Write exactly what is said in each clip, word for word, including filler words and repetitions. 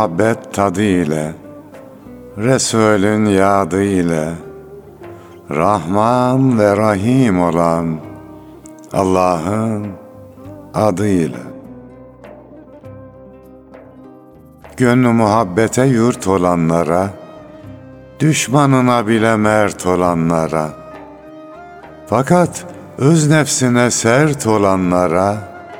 muhabbet tadı ile, Resulün yadı ile, Rahman ve Rahim olan Allah'ın adıyla. Gönlü muhabbete yurt olanlara, düşmanına bile mert olanlara, fakat öz nefsine sert olanlara,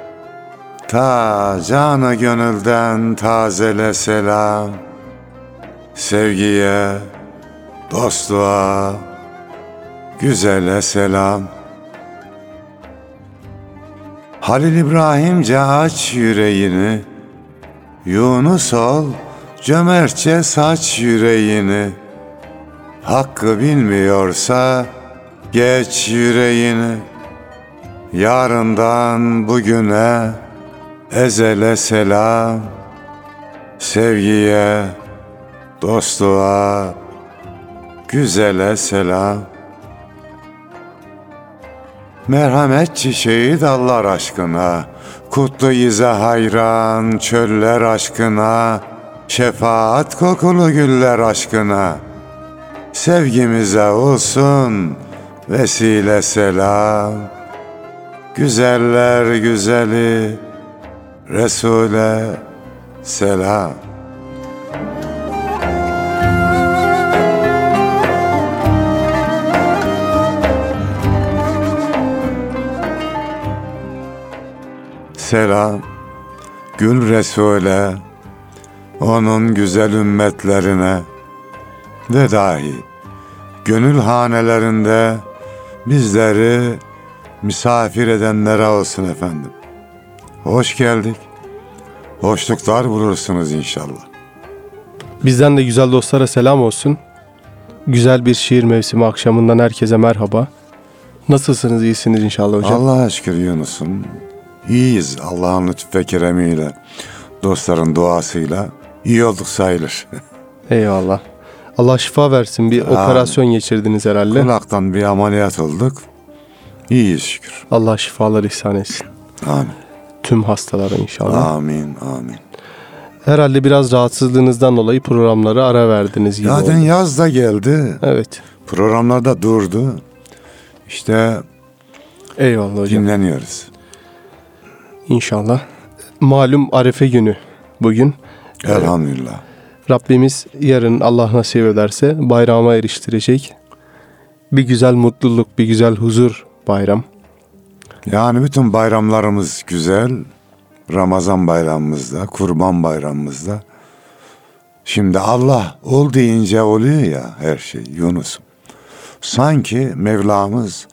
ta canı gönülden tazele selam, sevgiye, dostluğa, güzele selam. Halil İbrahimce aç yüreğini, Yunus ol, cömertçe saç yüreğini, hakkı bilmiyorsa geç yüreğini, yarından bugüne ezele selam, sevgiye, dostluğa, güzele selam. Merhamet çiçeği dallar aşkına, kutlu yüze hayran çöller aşkına, şefaat kokulu güller aşkına, sevgimize olsun vesile selam. Güzeller güzeli Resul'e selam. Selam Gül Resul'e, onun güzel ümmetlerine ve dahi gönül hanelerinde bizleri misafir edenlere olsun efendim. Hoş geldik. Hoşluklar bulursunuz inşallah. Bizden de güzel dostlara selam olsun. Güzel bir şiir mevsimi akşamından herkese merhaba. Nasılsınız, iyisiniz inşallah hocam? Allah'a şükür Yunus'um. İyiyiz Allah'ın lütfu ve keremiyle, dostların duasıyla iyi olduk sayılır. Eyvallah. Allah şifa versin. Bir Amin. Operasyon geçirdiniz herhalde. Kulaktan bir ameliyat olduk. İyiyiz şükür. Allah şifalar ihsan etsin. Amin. Tüm hastalara inşallah. Amin, amin. Herhalde biraz rahatsızlığınızdan dolayı programlara ara verdiniz gibi Zaten oldu. yaz da geldi. Evet. Programlar da durdu. İşte eyvallah hocam. dinleniyoruz. İnşallah. Malum Arefe günü bugün. Elhamdülillah. Rabbimiz yarın Allah nasip ederse bayrama eriştirecek. Bir güzel mutluluk, bir güzel huzur bayram. Yani bütün bayramlarımız güzel. Ramazan bayramımızda, Kurban bayramımızda. Şimdi Allah ol deyince oluyor ya her şey Yunus. Sanki Mevlamız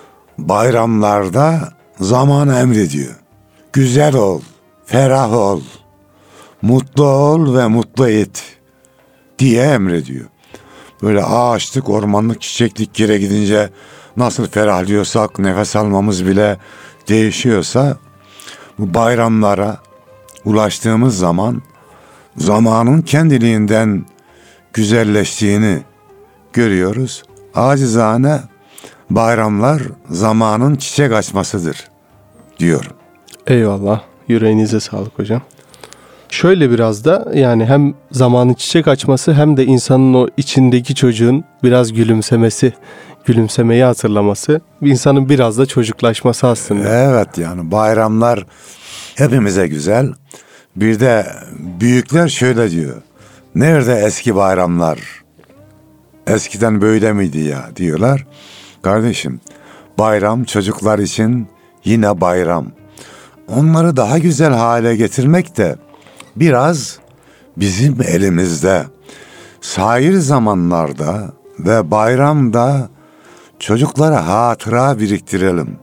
bayramlarda zaman emrediyor. Güzel ol, ferah ol, mutlu ol ve mutlu et diye emrediyor. Böyle ağaçlık, ormanlık, çiçeklik yere gidince nasıl ferahlıyorsak, nefes almamız bile değişiyorsa, bu bayramlara ulaştığımız zaman zamanın kendiliğinden güzelleştiğini görüyoruz. Acizane bayramlar zamanın çiçek açmasıdır diyorum. Eyvallah. Yüreğinize sağlık hocam. Şöyle biraz da yani hem zamanın çiçek açması hem de insanın o içindeki çocuğun biraz gülümsemesi, gülümsemeyi hatırlaması, insanın biraz da çocuklaşması aslında. Evet, yani bayramlar hepimize güzel. Bir de büyükler şöyle diyor. Nerede eski bayramlar? Eskiden böyle miydi ya diyorlar. Kardeşim, bayram çocuklar için yine bayram. Onları daha güzel hale getirmek de biraz bizim elimizde. Sair zamanlarda ve bayramda çocuklara hatıra biriktirelim.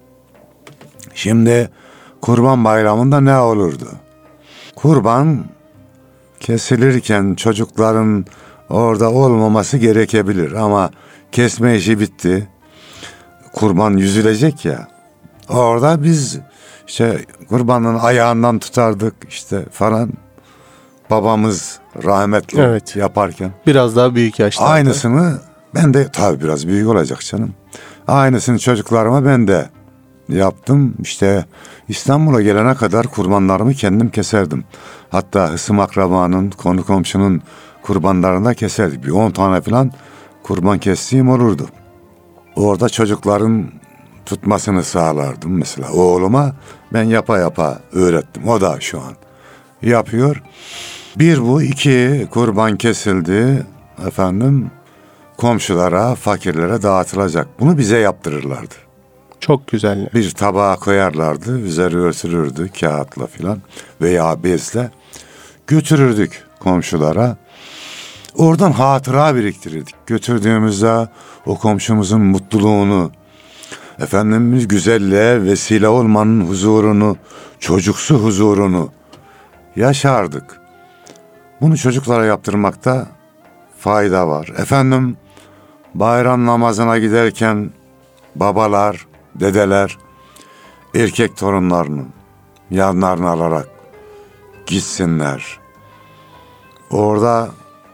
Şimdi Kurban Bayramı'nda ne olurdu? Kurban kesilirken çocukların orada olmaması gerekebilir ama kesme işi bitti. Kurban yüzülecek ya. Orada biz işte kurbanın ayağından tutardık işte falan. Babamız rahmetli evet. yaparken. Biraz daha büyük yaşlarda. Aynısını ben de tabii biraz büyük olacak canım. Aynısını çocuklarıma ben de yaptım. İşte İstanbul'a gelene kadar kurbanlarımı kendim keserdim. Hatta hısım akrabanın, konu komşunun kurbanlarını da keserdik. Bir on tane falan kurban kestiğim olurdu. Orada çocukların tutmasını sağlardım mesela. Oğluma ben yapa yapa öğrettim. O da şu an yapıyor. Bir bu, iki kurban kesildi. Efendim komşulara, fakirlere dağıtılacak. Bunu bize yaptırırlardı. Çok güzel. Bir tabağa koyarlardı. Üzeri örtülürdü kağıtla filan veya bezle. Götürürdük komşulara. Oradan hatıra biriktirirdik. Götürdüğümüzde o komşumuzun mutluluğunu, Efendimiz güzelliğe vesile olmanın huzurunu, çocuksu huzurunu yaşardık. Bunu çocuklara yaptırmakta fayda var. Efendim bayram namazına giderken babalar, dedeler erkek torunlarını yanlarına alarak gitsinler. Orada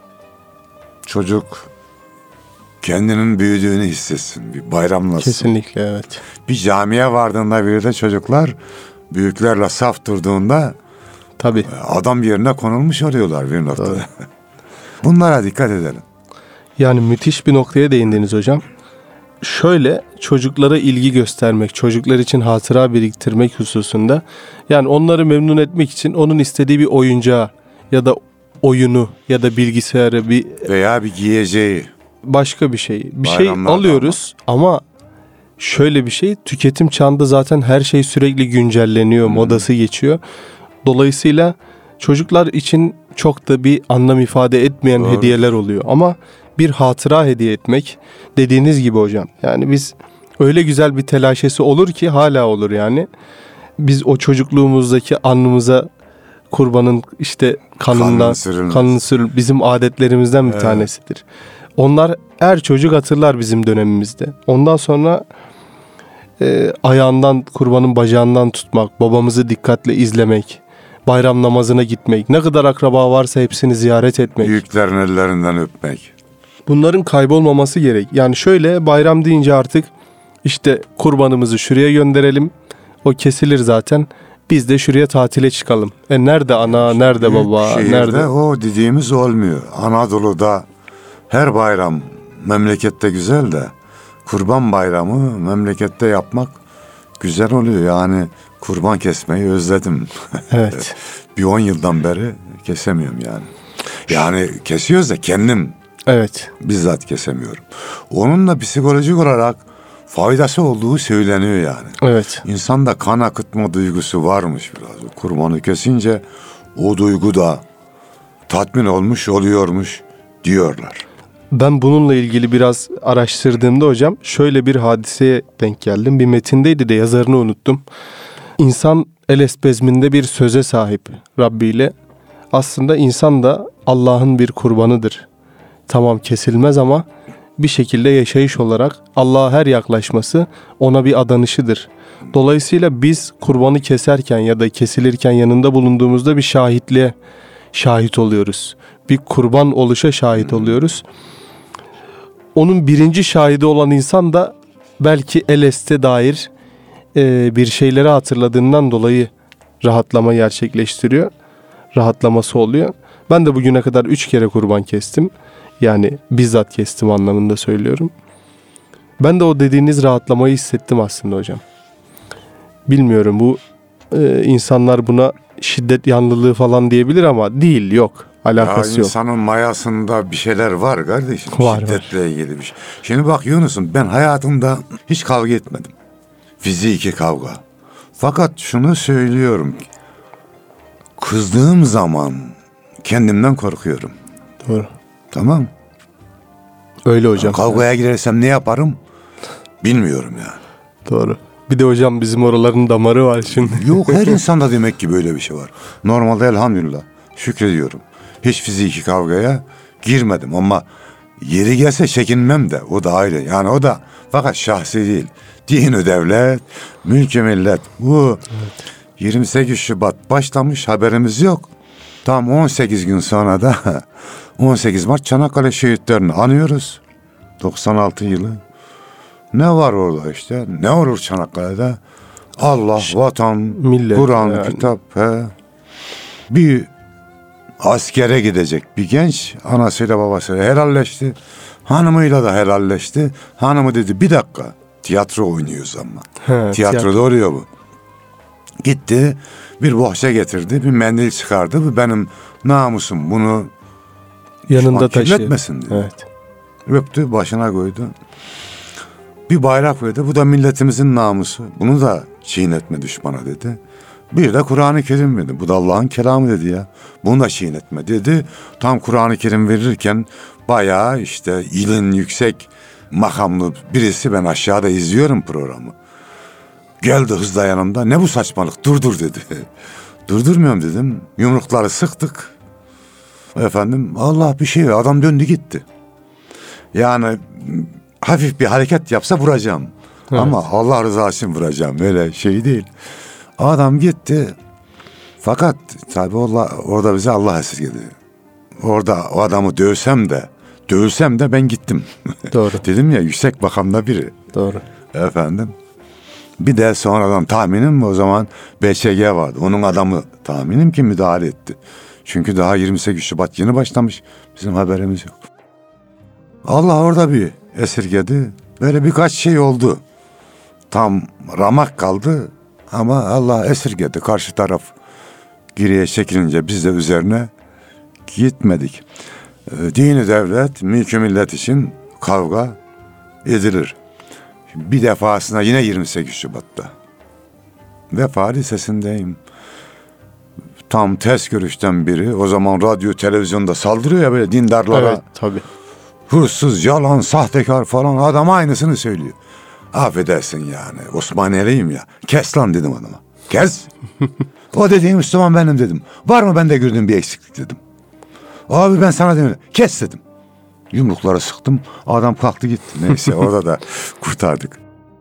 çocuk kendinin büyüdüğünü hissetsin, bir bayramlasın. Kesinlikle evet. Bir camiye vardığında bir de çocuklar büyüklerle saf durduğunda Tabii. adam yerine konulmuş oluyorlar bir noktada. Bunlara dikkat edelim. Yani müthiş bir noktaya değindiniz hocam. Şöyle çocuklara ilgi göstermek, çocuklar için hatıra biriktirmek hususunda, yani onları memnun etmek için onun istediği bir oyuncağı ya da oyunu ya da bilgisayarı, bir Veya bir giyeceği. başka bir şey. Bir şey Bayramlarda alıyoruz ama şöyle bir şey, tüketim çağında zaten her şey sürekli güncelleniyor, Hmm. modası geçiyor. Dolayısıyla çocuklar için çok da bir anlam ifade etmeyen Doğru. hediyeler oluyor. Ama bir hatıra hediye etmek, dediğiniz gibi hocam. Yani biz öyle güzel bir telaşesi olur ki, hala olur yani. Biz o çocukluğumuzdaki anımıza kurbanın işte kanından, Kanın sürülmesi. kanın sürül bizim adetlerimizden bir Evet. tanesidir. Onlar her çocuk hatırlar bizim dönemimizde. Ondan sonra e, ayağından, kurbanın bacağından tutmak, babamızı dikkatle izlemek, bayram namazına gitmek, ne kadar akraba varsa hepsini ziyaret etmek. Büyüklerin ellerinden öpmek. Bunların kaybolmaması gerek. Yani şöyle, bayram deyince artık işte kurbanımızı şuraya gönderelim. O kesilir zaten. Biz de şuraya tatile çıkalım. E nerede ana, nerede Büyük baba, şehirde nerede? o dediğimiz olmuyor. Anadolu'da her bayram memlekette güzel de Kurban Bayramı memlekette yapmak güzel oluyor. Yani kurban kesmeyi özledim. Evet. Bir on yıldan beri kesemiyorum yani. Yani kesiyoruz da kendim Evet. bizzat kesemiyorum. Onun da psikolojik olarak faydası olduğu söyleniyor yani. Evet. İnsanda kan akıtma duygusu varmış biraz. Kurbanı kesince o duygu da tatmin olmuş oluyormuş diyorlar. Ben bununla ilgili biraz araştırdığımda hocam şöyle bir hadiseye denk geldim. Bir metindeydi de yazarını unuttum. İnsan el esbezminde bir söze sahip Rabbi ile. Aslında insan da Allah'ın bir kurbanıdır. Tamam, kesilmez ama bir şekilde yaşayış olarak Allah'a her yaklaşması ona bir adanışıdır. Dolayısıyla biz kurbanı keserken ya da kesilirken yanında bulunduğumuzda bir şahitliğe şahit oluyoruz. Bir kurban oluşa şahit oluyoruz. Onun birinci şahidi olan insan da belki Eles'te dair e, bir şeyleri hatırladığından dolayı rahatlama gerçekleştiriyor. Rahatlaması oluyor. Ben de bugüne kadar üç kere kurban kestim. Yani bizzat kestim anlamında söylüyorum. Ben de o dediğiniz rahatlamayı hissettim aslında hocam. Bilmiyorum, bu e, insanlar buna şiddet yanlılığı falan diyebilir ama değil, yok. Alakası Ya yok. insanın mayasında bir şeyler var kardeşim. Var, Şiddetle var. ilgili bir şey. Şimdi bak Yunus'um, ben hayatımda hiç kavga etmedim. Fiziki kavga. Fakat şunu söylüyorum. Kızdığım zaman kendimden korkuyorum. Doğru. Tamam. Öyle hocam. Kavgaya girersem ne yaparım bilmiyorum yani. Doğru. Bir de hocam bizim oraların damarı var şimdi. Yok, her insanda demek ki böyle bir şey var. Normalde elhamdülillah şükrediyorum. Hiç fiziki kavgaya girmedim ama yeri gelse çekinmem de, o da ayrı. Yani o da fakat şahsi değil. Din-i devlet, mülk-i millet. Bu evet. yirmi sekiz Şubat başlamış, haberimiz yok. Tam on sekiz gün sonra da on sekiz Mart Çanakkale şehitlerini anıyoruz. doksan altı yılı. Ne var orada işte? Ne olur Çanakkale'de? Allah, vatan, millet, Kur'an, yani. kitap. He. Bir askere gidecek bir genç anasıyla babasıyla helalleşti. Hanımıyla da helalleşti. Hanımı dedi bir dakika, tiyatro oynuyoruz ama. He, Tiyatroda tiyatro. oluyor bu. Gitti, bir bohça getirdi, bir mendil çıkardı. Bu benim namusum, bunu Yanında düşman taşıyor. kirletmesin dedi. Evet. Öptü, başına koydu. Bir bayrak verdi. Bu da milletimizin namusu. Bunu da çiğnetme düşmana dedi. Bir de Kur'an-ı Kerim dedi. Bu da Allah'ın kelamı dedi ya. Bunu da çiğnetme dedi. Tam Kur'an-ı Kerim verirken bayağı işte ilin yüksek makamlı birisi, ben aşağıda izliyorum programı. Geldi hızla yanımda. Ne bu saçmalık? Durdur dedi. Durdurmuyorum dedim. Yumrukları sıktık. Efendim Allah bir şey, adam döndü gitti. Yani hafif bir hareket yapsa vuracağım. Evet. Ama Allah rızası için vuracağım. Öyle şey değil. Adam gitti. Fakat tabii orada, orada bize Allah esirgedi. Orada o adamı dövsem de, dövsem de ben gittim. Doğru. Dedim ya, yüksek makamda biri. Doğru. Efendim. Bir de sonradan tahminim o zaman B Ç G vardı. Onun adamı tahminim ki müdahale etti. Çünkü daha yirmi sekiz Şubat yeni başlamış. Bizim haberimiz yok. Allah orada bir esirgedi. Böyle birkaç şey oldu. Tam ramak kaldı ama Allah esirgedi. Karşı taraf geriye çekilince biz de üzerine gitmedik. Ee, dini devlet, mülkü millet için kavga edilir. Bir defasında yine yirmi sekiz Şubat'ta. Vefa Lisesi'ndeyim. Tam ters görüşten biri. O zaman radyo, televizyonda saldırıyor ya böyle dindarlara. Evet, tabii. Hırsız, yalan, sahtekar falan, adam aynısını söylüyor. Affedersin yani, Osmaniyeliyim ya. Kes lan dedim adama. Kes. O dediğin Müslüman benim dedim. Var mı bende gördüğün bir eksiklik dedim. Abi ben sana dedim. Kes dedim. Yumruklara sıktım. Adam kalktı gitti. Neyse orada da kurtardık.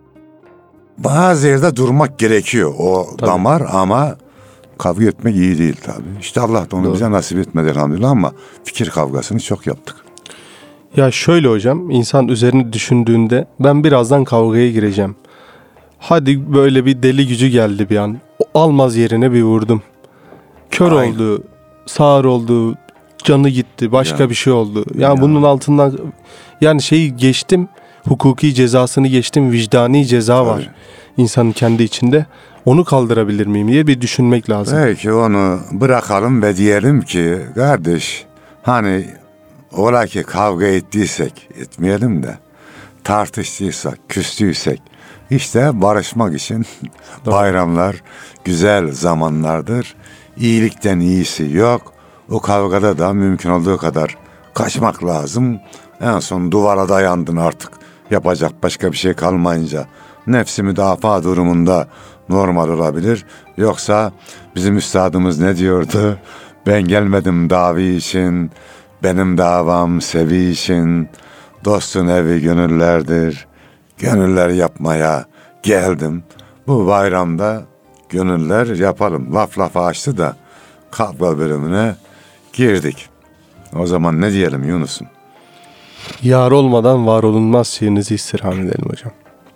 Bazı yerde durmak gerekiyor o Tabii. damar ama kavga etmek iyi değil tabii. İşte Allah da onu Doğru. bize nasip etmedi elhamdülillah ama fikir kavgasını çok yaptık. Ya şöyle hocam, insan üzerine düşündüğünde ben birazdan kavgaya gireceğim. Hadi böyle bir deli gücü geldi bir an. O almaz yerine bir vurdum. Kör Aynen. oldu, sağır oldu, canı gitti, başka Ya. bir şey oldu. Yani Ya. bunun altından yani şeyi geçtim, hukuki cezasını geçtim, vicdani ceza var Tabii. insanın kendi içinde. Onu kaldırabilir miyim diye bir düşünmek lazım. Belki onu bırakalım ve diyelim ki kardeş, hani ola ki kavga ettiysek, etmeyelim de tartıştıysak, küstüysek, işte barışmak için bayramlar güzel zamanlardır. İyilikten iyisi yok. O kavgada da mümkün olduğu kadar kaçmak lazım. En son duvara dayandın artık. Yapacak başka bir şey kalmayınca nefsi müdafaa durumunda normal olabilir. Yoksa bizim üstadımız ne diyordu? Ben gelmedim davi için, benim davam sevi için. Dostun evi gönüllerdir. Gönüller yapmaya geldim. Bu bayramda gönüller yapalım. Laf lafa açtı da kavga bölümüne girdik. O zaman ne diyelim Yunus'um? Yar olmadan var olunmaz şiirinizi istirham edelim hocam.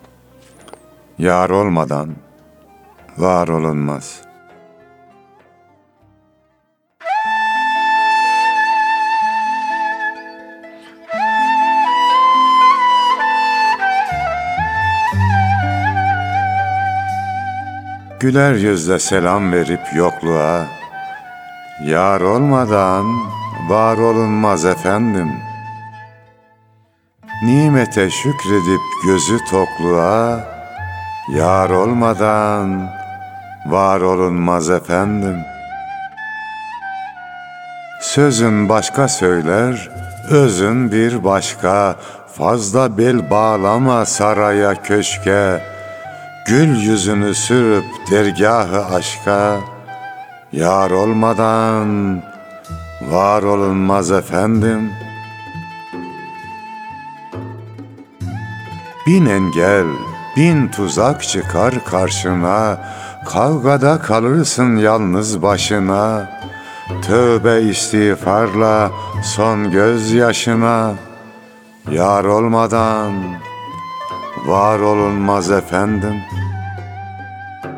Yar olmadan var olunmaz. Güler yüzle selam verip yokluğa, yar olmadan var olunmaz efendim. Nimete şükredip gözü tokluğa, yar olmadan var olunmaz efendim. Sözün başka söyler, özün bir başka, fazla bel bağlama saraya köşke, gül yüzünü sürüp dergahı aşka, yar olmadan var olunmaz efendim. Bin engel, bin tuzak çıkar karşına, kavgada kalırsın yalnız başına. Tövbe istiğfarla son gözyaşına, yar olmadan var olunmaz efendim.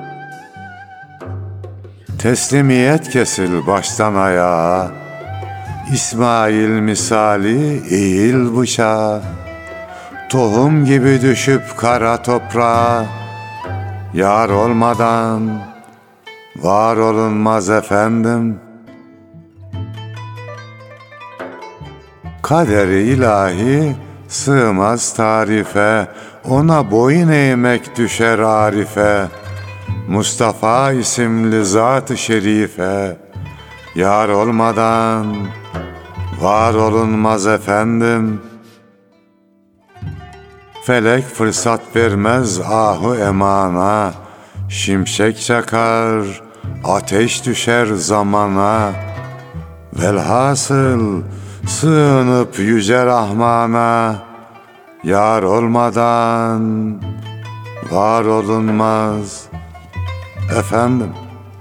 Teslimiyet kesil baştan ayağa, İsmail misali eğil bıçağa. Tohum gibi düşüp kara toprağa, yar olmadan var olunmaz efendim. Kaderi ilahi sığmaz tarife, ona boyun eğmek düşer arife. Mustafa isimli zat-ı şerife, yar olmadan var olunmaz efendim. Felek fırsat vermez ahu emana, şimşek çakar, ateş düşer zamana. Velhasıl sığınıp yüce Rahman'a, yar olmadan var olunmaz efendim.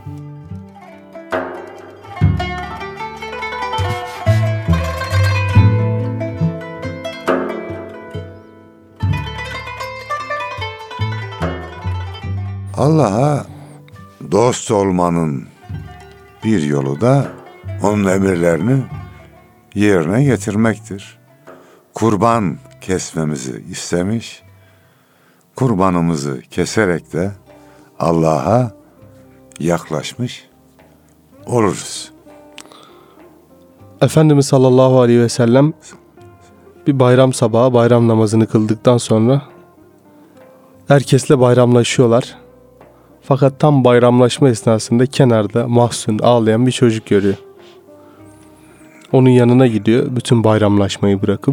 Allah'a dost olmanın bir yolu da onun emirlerini yerine getirmektir. Kurban kesmemizi istemiş, kurbanımızı keserek de Allah'a yaklaşmış oluruz. Efendimiz sallallahu aleyhi ve sellem bir bayram sabahı bayram namazını kıldıktan sonra herkesle bayramlaşıyorlar. Fakat tam bayramlaşma esnasında kenarda mahzun ağlayan bir çocuk görüyor. Onun yanına gidiyor bütün bayramlaşmayı bırakıp.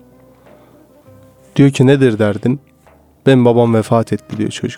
Diyor ki nedir derdin? Benim babam vefat etti diyor çocuk.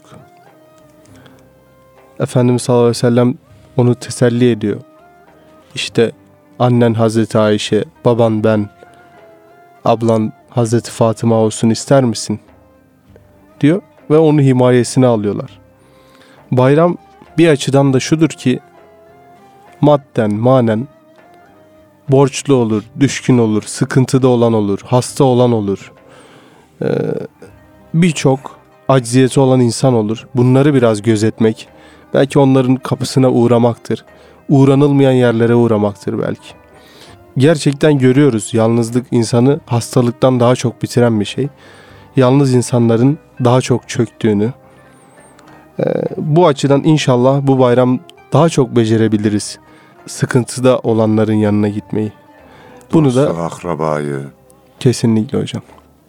Efendimiz sallallahu aleyhi ve sellem onu teselli ediyor. İşte annen Hazreti Ayşe, baban ben, ablan Hazreti Fatıma olsun ister misin? Diyor ve onu himayesine alıyorlar. Bayram bir açıdan da şudur ki madden, manen borçlu olur, düşkün olur, sıkıntıda olan olur, hasta olan olur. Ee, birçok acziyeti olan insan olur. Bunları biraz gözetmek, belki onların kapısına uğramaktır. Uğranılmayan yerlere uğramaktır belki. Gerçekten görüyoruz yalnızlık insanı hastalıktan daha çok bitiren bir şey. Yalnız insanların daha çok çöktüğünü. Ee, bu açıdan inşallah bu bayram daha çok becerebiliriz. Sıkıntıda olanların yanına gitmeyi. Bunu da Dostu, akrabayı kesinlikle hocam.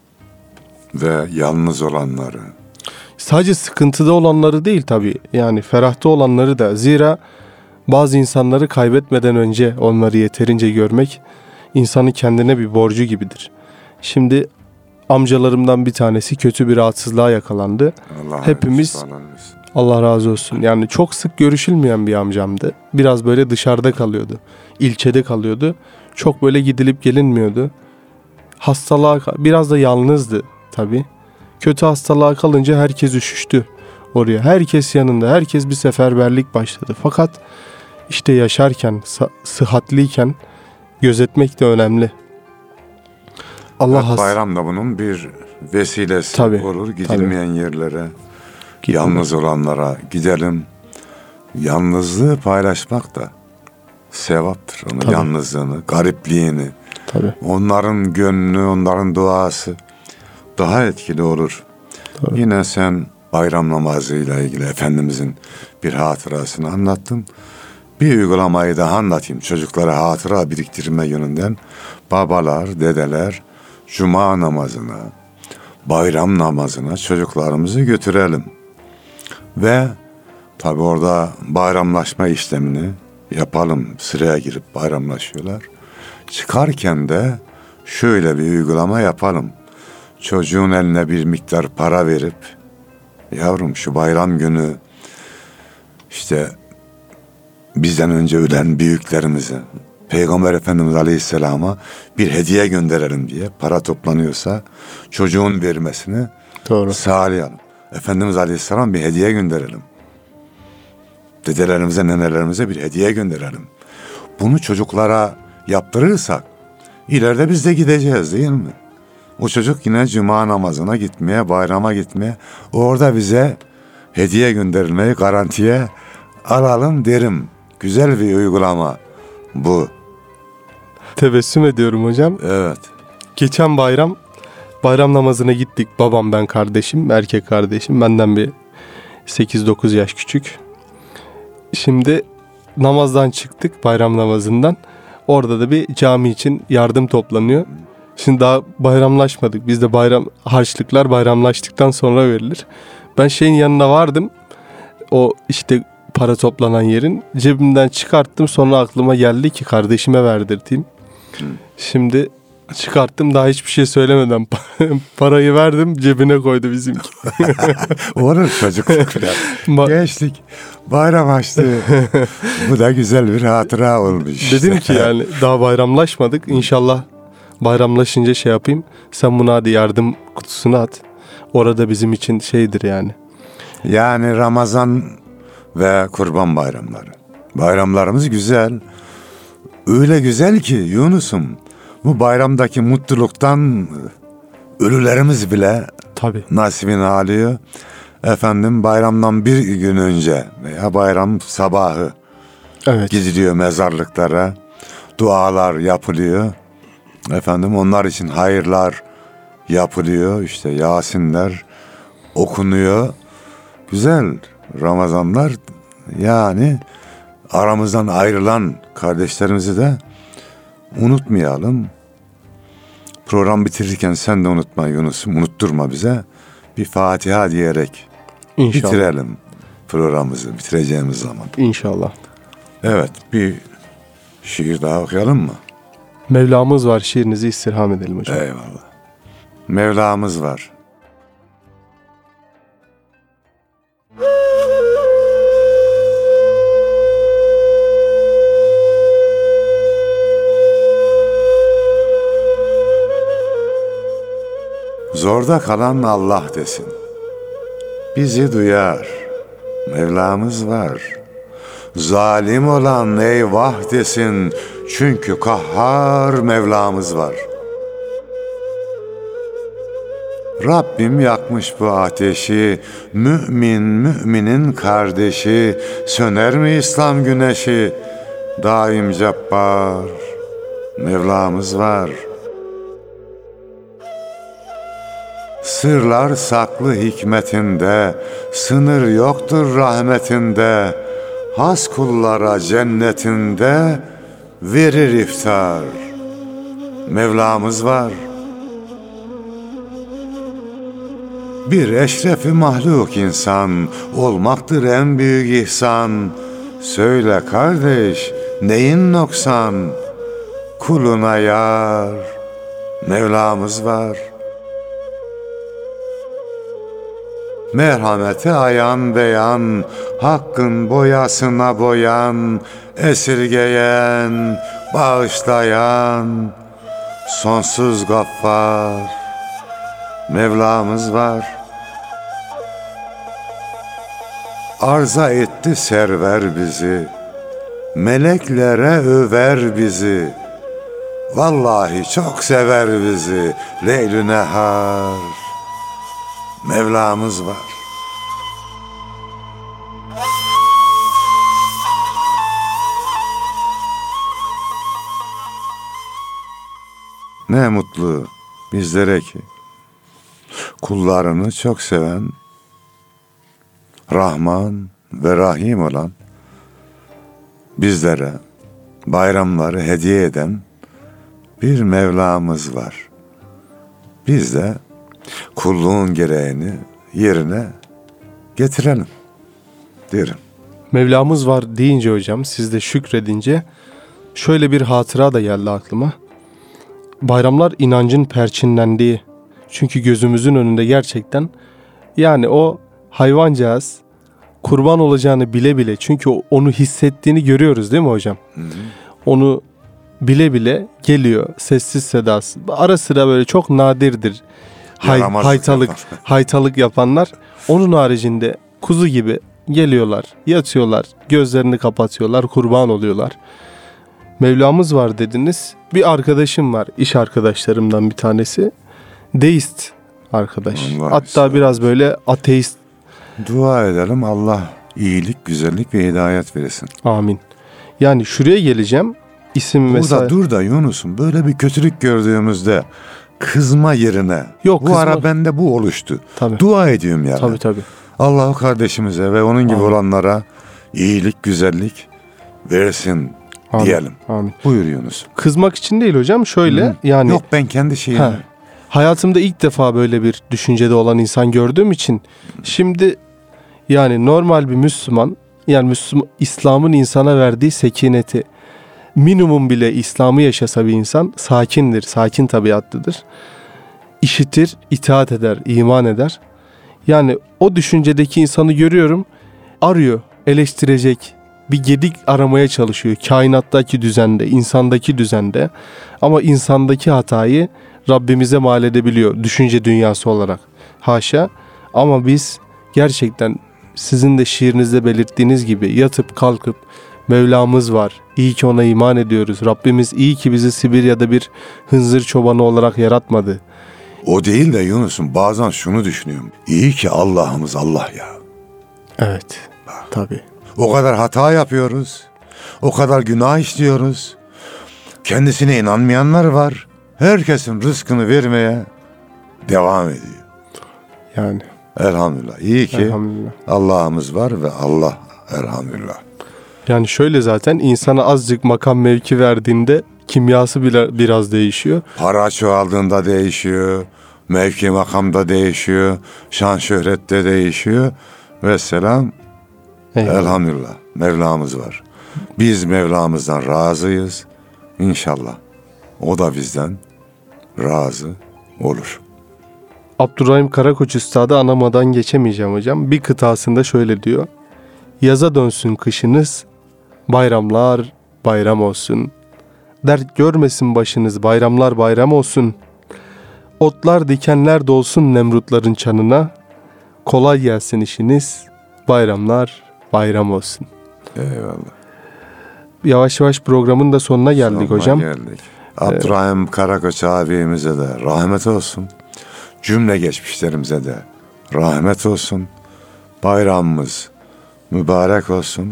ve yalnız olanları. Sadece sıkıntıda olanları değil tabii. Yani ferahta olanları da. Zira bazı insanları kaybetmeden önce onları yeterince görmek insanın kendine bir borcu gibidir. Şimdi amcalarımdan bir tanesi kötü bir rahatsızlığa yakalandı. Allah Hepimiz Allah razı olsun. Yani çok sık görüşülmeyen bir amcamdı. Biraz böyle dışarıda kalıyordu. İlçede kalıyordu. Çok böyle gidilip gelinmiyordu. Hastalığa biraz da yalnızdı tabii. Kötü hastalığa kalınca herkes üşüştü oraya. Herkes yanında. Herkes bir seferberlik başladı. Fakat işte yaşarken, sıhhatliyken gözetmek de önemli. Allah evet, has- bayram da bunun bir vesilesi Tabii, olur. Gidilmeyen yerlere, yalnız olanlara gidelim. Yalnızlığı paylaşmak da sevaptır. Onun Tabii. yalnızlığını, garipliğini, Tabii. onların gönlü, onların duası daha etkili olur. Tabii. Yine sen bayram namazıyla ilgili Efendimizin bir hatırasını anlattın. Bir uygulamayı daha anlatayım. Çocuklara hatıra biriktirme yönünden babalar, dedeler cuma namazına, bayram namazına çocuklarımızı götürelim. Ve tabi orada bayramlaşma işlemini yapalım. Sıraya girip bayramlaşıyorlar. Çıkarken de şöyle bir uygulama yapalım. Çocuğun eline bir miktar para verip, yavrum şu bayram günü işte bizden önce ölen büyüklerimize, Peygamber Efendimiz Aleyhisselam'a bir hediye gönderelim diye para toplanıyorsa çocuğun vermesini Doğru. sağlayalım. Efendimiz Aleyhisselam bir hediye gönderelim. Dedelerimize, nenelerimize bir hediye gönderelim. Bunu çocuklara yaptırırsak ileride biz de gideceğiz değil mi? O çocuk yine cuma namazına gitmeye, bayrama gitmeye, orada bize hediye gönderilmeyi garantiye alalım derim. güzel bir uygulama bu. Tebessüm ediyorum hocam. Evet. Geçen bayram bayram namazına gittik. Babam, ben, kardeşim, erkek kardeşim. Benden bir sekiz dokuz yaş küçük. Şimdi namazdan çıktık, bayram namazından. Orada da bir cami için yardım toplanıyor. Şimdi daha bayramlaşmadık. Bizde bayram harçlıklar bayramlaştıktan sonra verilir. Ben şeyin yanına vardım. O işte para toplanan yerin. Cebimden çıkarttım. Sonra aklıma geldi ki kardeşime verdirteyim. Şimdi çıkarttım, daha hiçbir şey söylemeden parayı verdim, cebine koydu bizimki. Olur çocukluk falan. Ma- Gençlik. Bayram açtı. Bu da güzel bir hatıra olmuş. Dedim ki yani daha bayramlaşmadık. İnşallah bayramlaşınca şey yapayım. Sen bunu hadi yardım kutusuna at. Orada bizim için şeydir yani. Yani Ramazan ve Kurban bayramları. Bayramlarımız güzel. Öyle güzel ki Yunus'um, bu bayramdaki mutluluktan ölülerimiz bile Tabii. nasibini alıyor. Efendim bayramdan bir gün önce veya bayram sabahı Evet. gidiliyor mezarlıklara. Dualar yapılıyor. Efendim onlar için hayırlar yapılıyor. İşte Yasinler okunuyor. Güzel Ramazanlar, yani aramızdan ayrılan kardeşlerimizi de unutmayalım. Program bitirirken sen de unutma Yunus'um, unutturma bize. Bir Fatiha diyerek İnşallah. bitirelim programımızı, bitireceğimiz zaman. İnşallah. Evet, bir şiir daha okuyalım mı? Mevlamız var, şiirinizi istirham edelim hocam. Eyvallah. Mevlamız var. Zorda kalan Allah desin. Bizi duyar. Mevlamız var. Zalim olan eyvah desin. Çünkü kahhar Mevlamız var. Rabbim yakmış bu ateşi. Mümin müminin kardeşi. Söner mi İslam güneşi? Daim cebbar Mevlamız var. Sırlar saklı hikmetinde, sınır yoktur rahmetinde, has kullara cennetinde verir iftar. Mevlamız var. Bir eşrefi mahluk insan olmaktır en büyük ihsan. Söyle kardeş, neyin noksan? Kuluna yar Mevlamız var. Merhameti ayan beyan, hakkın boyasına boyan, esirgeyen, bağışlayan, sonsuz gaffar Mevlamız var. Arza etti server bizi, meleklere över bizi, vallahi çok sever bizi, Leyl-i Nehar Mevlamız var. Ne mutlu bizlere ki kullarını çok seven, Rahman ve Rahim olan, bizlere bayramları hediye eden bir Mevlamız var. Biz de kulluğun gereğini yerine getirelim derim. Mevlamız var deyince hocam, siz de şükredince şöyle bir hatıra da geldi aklıma. Bayramlar inancın perçinlendiği. Çünkü gözümüzün önünde gerçekten, yani o hayvancağız kurban olacağını bile bile, çünkü onu hissettiğini görüyoruz değil mi hocam? Hı hı. Onu bile bile geliyor, sessiz sedasız. Ara sıra böyle çok nadirdir hay, Yaramazlık haytalık yapan. haytalık yapanlar. Onun haricinde kuzu gibi geliyorlar, yatıyorlar, gözlerini kapatıyorlar, kurban oluyorlar. Mevlamız var dediniz. Bir arkadaşım var, iş arkadaşlarımdan bir tanesi. Deist arkadaş. Allah Hatta istemez. biraz böyle ateist. Dua edelim, Allah iyilik, güzellik ve hidayet veresin. Amin. Yani şuraya geleceğim. İsim Burada mesela. dur da Yunus'um, böyle bir kötülük gördüğümüzde kızma yerine, Yok, bu kızma. ara bende bu oluştu. Tabii. Dua ediyorum yani. Tabii tabii. Allah o kardeşimize ve onun gibi Amin. olanlara iyilik, güzellik versin Amin. diyelim. Amin. Buyur Yunus. Kızmak için değil hocam. Şöyle Hı. yani. Yok, ben kendi şeyimi. Ha, hayatımda ilk defa böyle bir düşüncede olan insan gördüğüm için şimdi yani normal bir Müslüman, yani Müslüman, İslam'ın insana verdiği sekineti, minimum bile İslam'ı yaşasa bir insan sakindir, sakin tabiatlıdır. İşitir, itaat eder, iman eder. Yani o düşüncedeki insanı görüyorum, arıyor, eleştirecek, bir gedik aramaya çalışıyor kainattaki düzende, insandaki düzende. Ama insandaki hatayı Rabbimize mal edebiliyor düşünce dünyası olarak. Haşa. Ama biz gerçekten sizin de şiirinizde belirttiğiniz gibi yatıp kalkıp Mevlamız var, İyi ki ona iman ediyoruz. Rabbimiz iyi ki bizi Sibirya'da bir hınzır çobanı olarak yaratmadı. O değil de Yunus'um, bazen şunu düşünüyorum. İyi ki Allah'ımız Allah ya. Evet, tabii. O kadar hata yapıyoruz. O kadar günah işliyoruz. Kendisine inanmayanlar var. Herkesin rızkını vermeye devam ediyor. Yani Elhamdülillah. İyi ki elhamdülillah. Allah'ımız var ve Allah elhamdülillah. Yani şöyle, zaten insana azıcık makam mevki verdiğinde kimyası bile biraz değişiyor. Para çoğaldığında değişiyor. Mevki makamda değişiyor. Şan şöhrette değişiyor. Vesselam. Eyvallah. Elhamdülillah. Mevlamız var. Biz Mevlamızdan razıyız. İnşallah o da bizden razı olur. Abdurrahim Karakoç Üstad'ı anamadan geçemeyeceğim hocam. Bir kıtasında şöyle diyor. Yaza dönsün kışınız, bayramlar bayram olsun. Dert görmesin başınız, bayramlar bayram olsun. Otlar dikenler dolsun Nemrutların çanına. Kolay gelsin işiniz, bayramlar bayram olsun. Eyvallah. Yavaş yavaş programın da sonuna geldik Sonuna hocam. geldik. Abdurrahim Karakoç abimize de rahmet olsun. Cümle geçmişlerimize de rahmet olsun. Bayramımız mübarek olsun.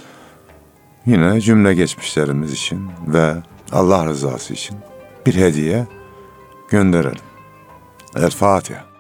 Yine cümle geçmişlerimiz için ve Allah rızası için bir hediye gönderelim. El Fatiha.